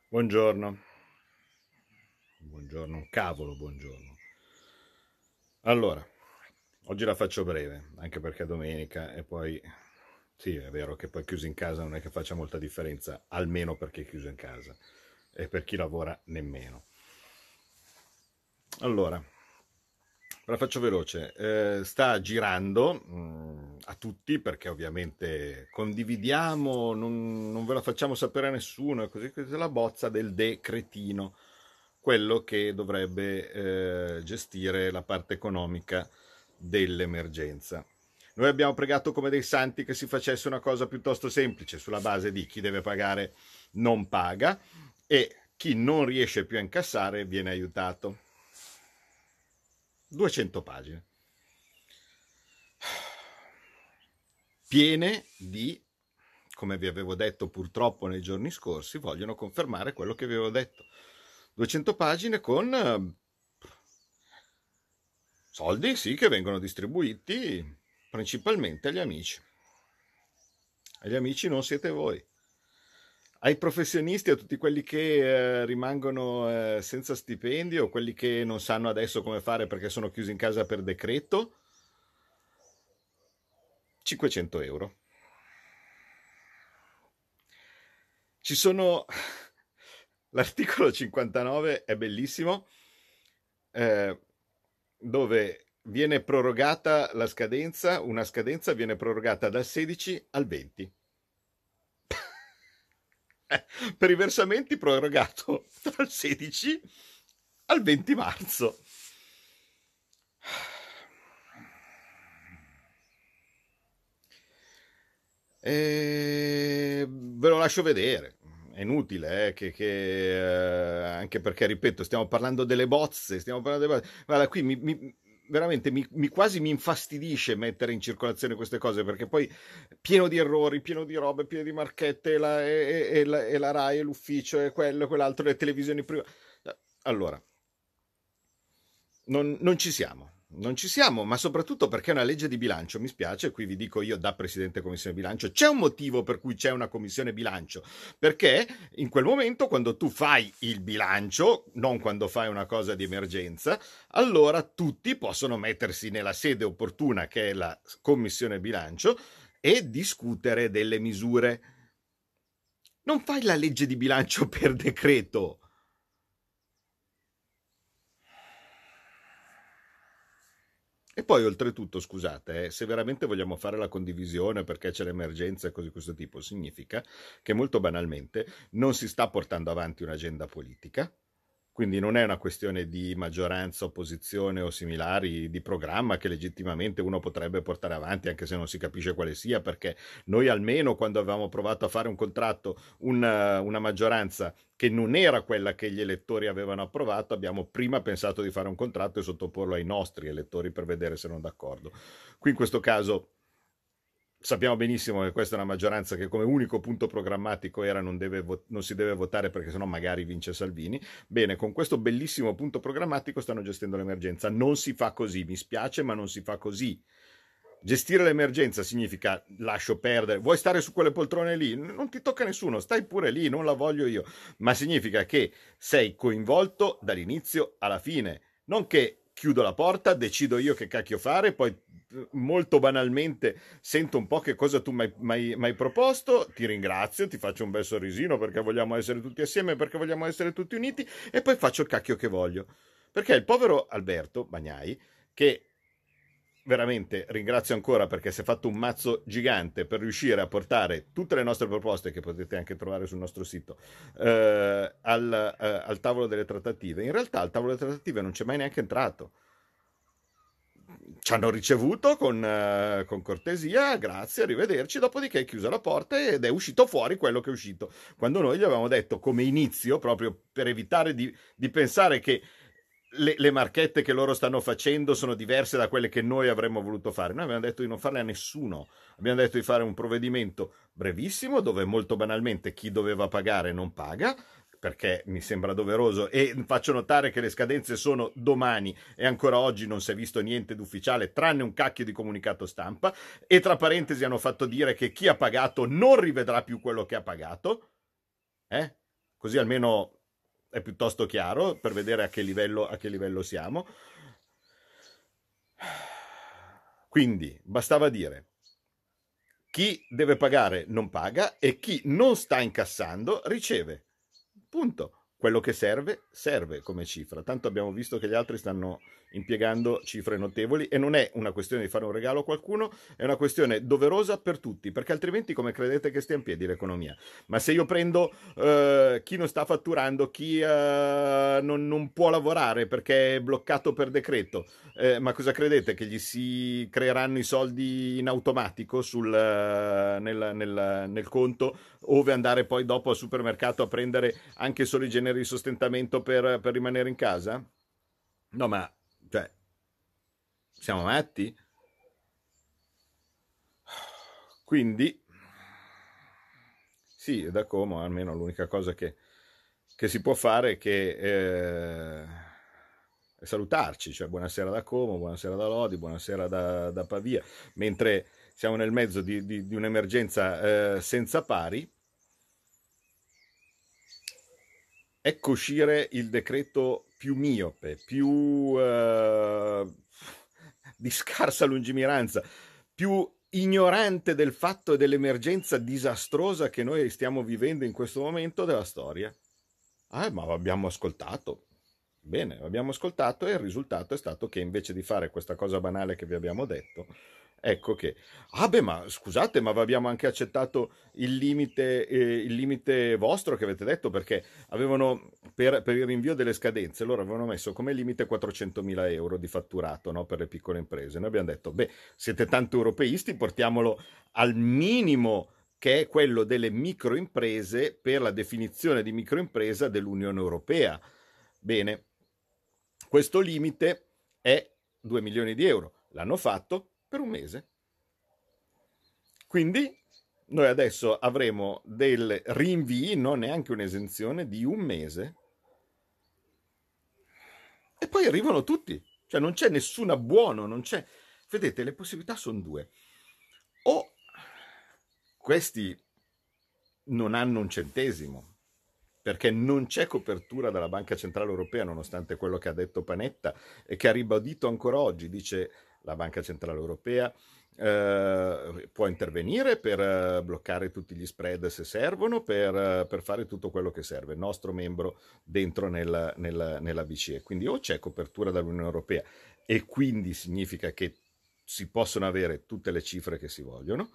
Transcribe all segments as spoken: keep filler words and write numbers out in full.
Buongiorno, buongiorno, un cavolo, buongiorno. Allora, oggi la faccio breve, anche perché è domenica e poi, sì, è vero che poi chiuso in casa non è che faccia molta differenza, almeno per chi è chiuso in casa e per chi lavora nemmeno. Allora, la faccio veloce. Eh, sta girando mh, a tutti perché ovviamente condividiamo, non, non ve la facciamo sapere a nessuno, e così questa è la bozza del decretino, quello che dovrebbe eh, gestire la parte economica dell'emergenza. Noi abbiamo pregato come dei santi che si facesse una cosa piuttosto semplice, sulla base di chi deve pagare non paga e chi non riesce più a incassare viene aiutato. duecento pagine, piene di, come vi avevo detto purtroppo nei giorni scorsi, vogliono confermare quello che vi avevo detto. duecento pagine con eh, soldi, sì, che vengono distribuiti principalmente agli amici. Agli amici non siete voi. Ai professionisti, a tutti quelli che eh, rimangono eh, senza stipendio, quelli che non sanno adesso come fare perché sono chiusi in casa per decreto, cinquecento euro. Ci sono... L'articolo cinquantanove è bellissimo, eh, dove viene prorogata la scadenza, una scadenza viene prorogata dal sedici al venti. Per i versamenti prorogato dal sedici al venti marzo. E ve lo lascio vedere. È inutile, eh, che, che, eh, anche perché, ripeto, stiamo parlando delle bozze, stiamo parlando delle bozze. Guarda, qui mi, mi- veramente mi, mi- quasi mi infastidisce mettere in circolazione queste cose, perché poi pieno di errori, pieno di robe, pieno di marchette, e la, e, e- e la, e la Rai, e l'ufficio, e quello, e quell'altro, le televisioni prima. Allora, non, non ci siamo. Non ci siamo, ma soprattutto perché è una legge di bilancio, mi spiace, qui vi dico io da Presidente Commissione Bilancio, c'è un motivo per cui c'è una Commissione Bilancio, perché in quel momento quando tu fai il bilancio, non quando fai una cosa di emergenza, allora tutti possono mettersi nella sede opportuna che è la Commissione Bilancio e discutere delle misure. Non fai la legge di bilancio per decreto. E poi oltretutto, scusate, eh, se veramente vogliamo fare la condivisione perché c'è l'emergenza e cose di questo tipo, significa che molto banalmente non si sta portando avanti un'agenda politica, quindi non è una questione di maggioranza, opposizione o similari, di programma che legittimamente uno potrebbe portare avanti anche se non si capisce quale sia, perché noi almeno quando avevamo provato a fare un contratto, una, una maggioranza che non era quella che gli elettori avevano approvato, abbiamo prima pensato di fare un contratto e sottoporlo ai nostri elettori per vedere se erano d'accordo. Qui in questo caso sappiamo benissimo che questa è una maggioranza che come unico punto programmatico era non, deve, non si deve votare perché sennò magari vince Salvini. Bene, con questo bellissimo punto programmatico stanno gestendo l'emergenza. Non si fa così, mi spiace, ma non si fa così. Gestire l'emergenza significa lascio perdere, vuoi stare su quelle poltrone lì? Non ti tocca nessuno, stai pure lì, non la voglio io. Ma significa che sei coinvolto dall'inizio alla fine, non che chiudo la porta, decido io che cacchio fare, poi molto banalmente sento un po' che cosa tu mi hai proposto, ti ringrazio, ti faccio un bel sorrisino perché vogliamo essere tutti assieme, perché vogliamo essere tutti uniti e poi faccio il cacchio che voglio. Perché il povero Alberto Bagnai, che veramente ringrazio ancora perché si è fatto un mazzo gigante per riuscire a portare tutte le nostre proposte, che potete anche trovare sul nostro sito, eh, al, eh, al tavolo delle trattative. In realtà al tavolo delle trattative non c'è mai neanche entrato. Ci hanno ricevuto con, eh, con cortesia, grazie, arrivederci, dopodiché è chiusa la porta ed è uscito fuori quello che è uscito. Quando noi gli avevamo detto come inizio, proprio per evitare di, di pensare che le, le marchette che loro stanno facendo sono diverse da quelle che noi avremmo voluto fare. Noi abbiamo detto di non farle a nessuno, abbiamo detto di fare un provvedimento brevissimo dove molto banalmente chi doveva pagare non paga, perché mi sembra doveroso e faccio notare che le scadenze sono domani e ancora oggi non si è visto niente d'ufficiale tranne un cacchio di comunicato stampa e tra parentesi hanno fatto dire che chi ha pagato non rivedrà più quello che ha pagato, eh? così almeno è piuttosto chiaro per vedere a che livello, a che livello siamo. Quindi bastava dire chi deve pagare non paga e chi non sta incassando riceve. Punto. Quello che serve, serve come cifra. Tanto abbiamo visto che gli altri stanno impiegando cifre notevoli e non è una questione di fare un regalo a qualcuno, è una questione doverosa per tutti, perché altrimenti come credete che stia in piedi l'economia? Ma se io prendo eh, chi non sta fatturando, chi eh, non, non può lavorare perché è bloccato per decreto, eh, ma cosa credete? Che gli si creeranno i soldi in automatico sul, eh, nel, nel, nel conto, ove andare poi dopo al supermercato a prendere anche solo i generi di sostentamento per, per rimanere in casa? No, ma cioè, siamo matti? Quindi, sì, da Como almeno l'unica cosa che, che si può fare è che eh, è salutarci, cioè buonasera da Como, buonasera da Lodi, buonasera da, da Pavia, mentre siamo nel mezzo di, di, di un'emergenza eh, senza pari. Ecco uscire il decreto più miope, più eh, di scarsa lungimiranza, più ignorante del fatto e dell'emergenza disastrosa che noi stiamo vivendo in questo momento della storia. Ah, ma abbiamo ascoltato. Bene, abbiamo ascoltato e il risultato è stato che invece di fare questa cosa banale che vi abbiamo detto, ecco che, ah beh, ma scusate, ma vi abbiamo anche accettato il limite, eh, il limite vostro che avete detto, perché avevano, per, per il rinvio delle scadenze, loro avevano messo come limite quattrocentomila euro di fatturato, no, per le piccole imprese. Noi abbiamo detto, beh, siete tanto europeisti, portiamolo al minimo che è quello delle microimprese per la definizione di microimpresa dell'Unione Europea. Bene, questo limite è due milioni di euro. L'hanno fatto per un mese. Quindi noi adesso avremo dei rinvii, non neanche un'esenzione, di un mese. E poi arrivano tutti. Cioè non c'è nessun abbuono, non c'è... Vedete, le possibilità sono due. O questi non hanno un centesimo, perché non c'è copertura dalla Banca Centrale Europea, nonostante quello che ha detto Panetta e che ha ribadito ancora oggi. Dice la Banca Centrale Europea eh, può intervenire per eh, bloccare tutti gli spread se servono, per, eh, per fare tutto quello che serve, nostro membro dentro nel, nel, nella B C E. Quindi o c'è copertura dall'Unione Europea e quindi significa che si possono avere tutte le cifre che si vogliono,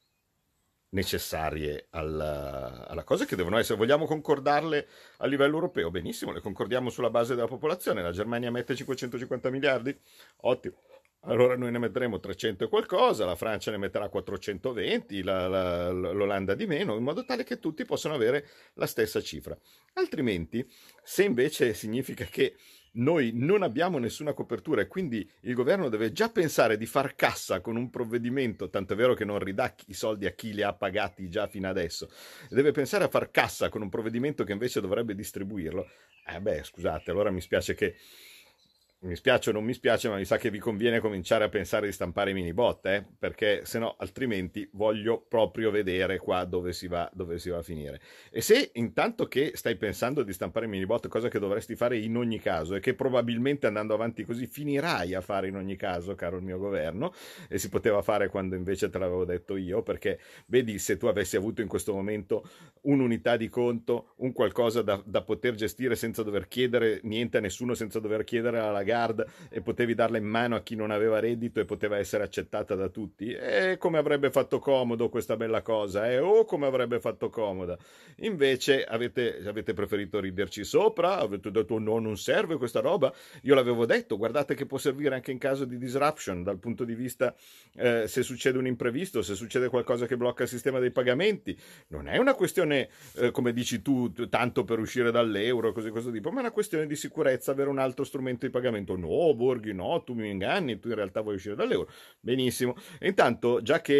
necessarie alla, alla cosa, che devono essere, vogliamo concordarle a livello europeo, benissimo, le concordiamo sulla base della popolazione. La Germania mette cinquecentocinquanta miliardi, ottimo, allora noi ne metteremo trecento e qualcosa, la Francia ne metterà quattrocentoventi, la, la, l'Olanda di meno, in modo tale che tutti possano avere la stessa cifra. Altrimenti, se invece significa che noi non abbiamo nessuna copertura e quindi il governo deve già pensare di far cassa con un provvedimento, tanto è vero che non ridà i soldi a chi li ha pagati già fino adesso, deve pensare a far cassa con un provvedimento che invece dovrebbe distribuirlo. Eh beh, scusate, allora mi spiace che mi spiace o non mi spiace, ma mi sa che vi conviene cominciare a pensare di stampare mini bot, eh? Perché se no altrimenti voglio proprio vedere qua dove si va, dove si va a finire. E se intanto che stai pensando di stampare mini bot, cosa che dovresti fare in ogni caso e che probabilmente andando avanti così finirai a fare in ogni caso, caro il mio governo, e si poteva fare quando invece te l'avevo detto io, perché vedi, se tu avessi avuto in questo momento un'unità di conto, un qualcosa da, da poter gestire senza dover chiedere niente a nessuno, senza dover chiedere alla Lagarde, e potevi darla in mano a chi non aveva reddito e poteva essere accettata da tutti, e come avrebbe fatto comodo questa bella cosa, eh? Oh, come avrebbe fatto comoda. Invece avete, avete preferito riderci sopra, avete detto no, non serve questa roba. Io l'avevo detto, guardate che può servire anche in caso di disruption, dal punto di vista eh, se succede un imprevisto, se succede qualcosa che blocca il sistema dei pagamenti. Non è una questione, eh, come dici tu, tanto per uscire dall'euro, così questo tipo, ma è una questione di sicurezza, avere un altro strumento di pagamento. No, Borghi, no, tu mi inganni, tu in realtà vuoi uscire dall'euro. Benissimo. E intanto, già che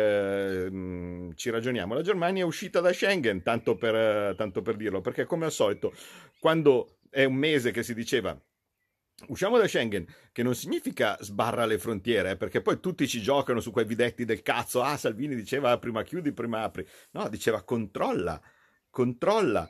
eh, ci ragioniamo, la Germania è uscita da Schengen, tanto per, eh, tanto per dirlo, perché come al solito, quando è un mese che si diceva usciamo da Schengen, che non significa sbarra le frontiere, eh, perché poi tutti ci giocano su quei videtti del cazzo. Ah, Salvini diceva prima chiudi, prima apri. No, diceva controlla, controlla.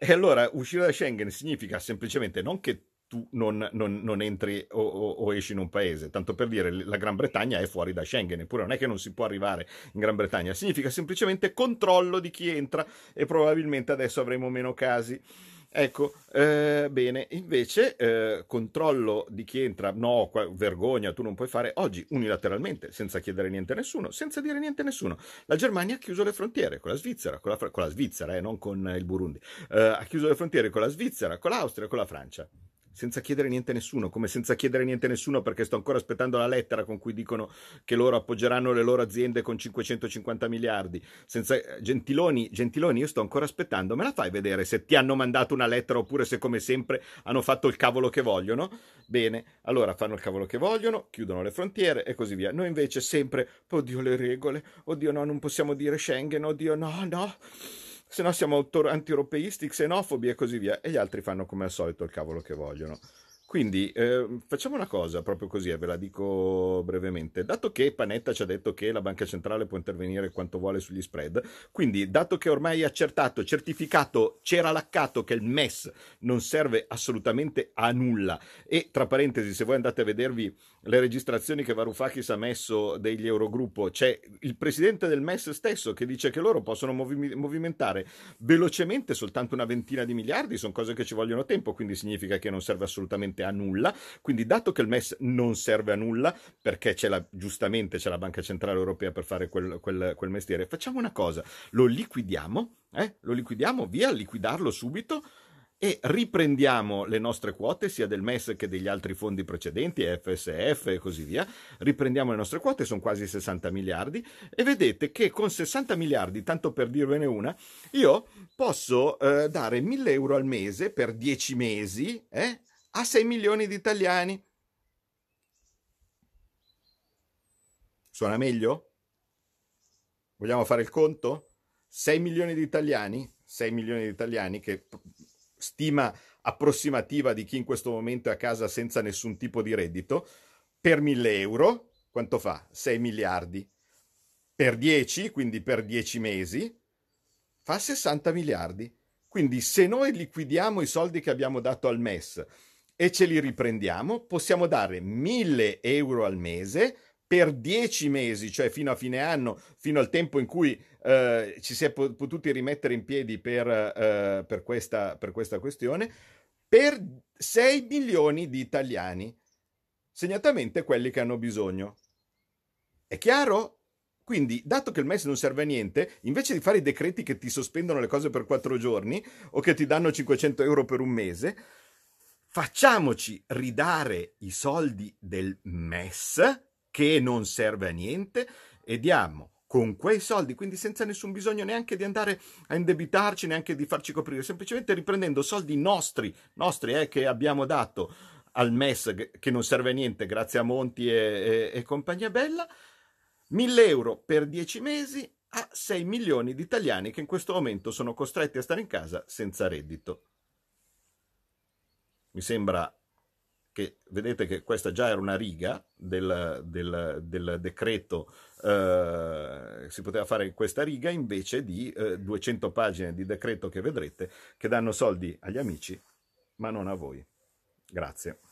E allora uscire da Schengen significa semplicemente non che tu non, non- non entri o, o- o esci in un paese, tanto per dire la Gran Bretagna è fuori da Schengen, eppure non è che non si può arrivare in Gran Bretagna, significa semplicemente controllo di chi entra e probabilmente adesso avremo meno casi. Ecco, eh, bene, invece eh, controllo di chi entra, no, qua- vergogna, tu non puoi fare oggi unilateralmente, senza chiedere niente a nessuno, senza dire niente a nessuno. La Germania ha chiuso le frontiere con la Svizzera, con la, Fra- con la Svizzera, eh, non con il Burundi, eh, ha chiuso le frontiere con la Svizzera, con l'Austria e con la Francia. Senza chiedere niente a nessuno, come senza chiedere niente a nessuno perché sto ancora aspettando la lettera con cui dicono che loro appoggeranno le loro aziende con cinquecentocinquanta miliardi. Senza Gentiloni, Gentiloni, io sto ancora aspettando, me la fai vedere se ti hanno mandato una lettera oppure se come sempre hanno fatto il cavolo che vogliono? Bene, allora fanno il cavolo che vogliono, chiudono le frontiere e così via. Noi invece sempre, oddio le regole, oddio no, non possiamo dire Schengen, oddio no, no, se no siamo autor- anti-europeisti, xenofobi e così via. E gli altri fanno come al solito il cavolo che vogliono. Quindi eh, facciamo una cosa proprio così, e ve la dico brevemente. Dato che Panetta ci ha detto che la banca centrale può intervenire quanto vuole sugli spread, quindi dato che ormai è accertato, certificato, c'era laccato che il M E S non serve assolutamente a nulla, e tra parentesi, se voi andate a vedervi le registrazioni che Varoufakis ha messo degli Eurogruppo, c'è il presidente del M E S stesso che dice che loro possono movi- movimentare velocemente soltanto una ventina di miliardi, sono cose che ci vogliono tempo, quindi significa che non serve assolutamente a nulla. Quindi dato che il M E S non serve a nulla, perché c'è la, giustamente c'è la Banca Centrale Europea per fare quel, quel, quel mestiere, facciamo una cosa, lo liquidiamo, eh? lo liquidiamo, via, liquidarlo subito, e riprendiamo le nostre quote sia del M E S che degli altri fondi precedenti, F S F e così via. Riprendiamo le nostre quote, sono quasi sessanta miliardi, e vedete che con sessanta miliardi, tanto per dirvene una, io posso eh, dare mille euro al mese per dieci mesi eh, a sei milioni di italiani. Suona meglio? Vogliamo fare il conto? sei milioni di italiani, sei milioni di italiani, che stima approssimativa di chi in questo momento è a casa senza nessun tipo di reddito, per mille euro, quanto fa? sei miliardi. Per dieci, quindi per dieci mesi, fa sessanta miliardi. Quindi se noi liquidiamo i soldi che abbiamo dato al M E S e ce li riprendiamo, possiamo dare mille euro al mese per dieci mesi, cioè fino a fine anno, fino al tempo in cui eh, ci si è potuti rimettere in piedi per, eh, per, questa, per questa questione, per sei milioni di italiani, segnatamente quelli che hanno bisogno. È chiaro? Quindi, dato che il M E S non serve a niente, invece di fare i decreti che ti sospendono le cose per quattro giorni o che ti danno cinquecento euro per un mese, facciamoci ridare i soldi del M E S, che non serve a niente, e diamo con quei soldi, quindi senza nessun bisogno neanche di andare a indebitarci, neanche di farci coprire, semplicemente riprendendo soldi nostri, nostri eh, che abbiamo dato al M E S, che non serve a niente, grazie a Monti e, e, e compagnia bella, mille euro per dieci mesi a sei milioni di italiani che in questo momento sono costretti a stare in casa senza reddito. Mi sembra che, vedete che questa già era una riga del, del, del decreto, eh, si poteva fare questa riga invece di eh, duecento pagine di decreto che vedrete, che danno soldi agli amici, ma non a voi. Grazie.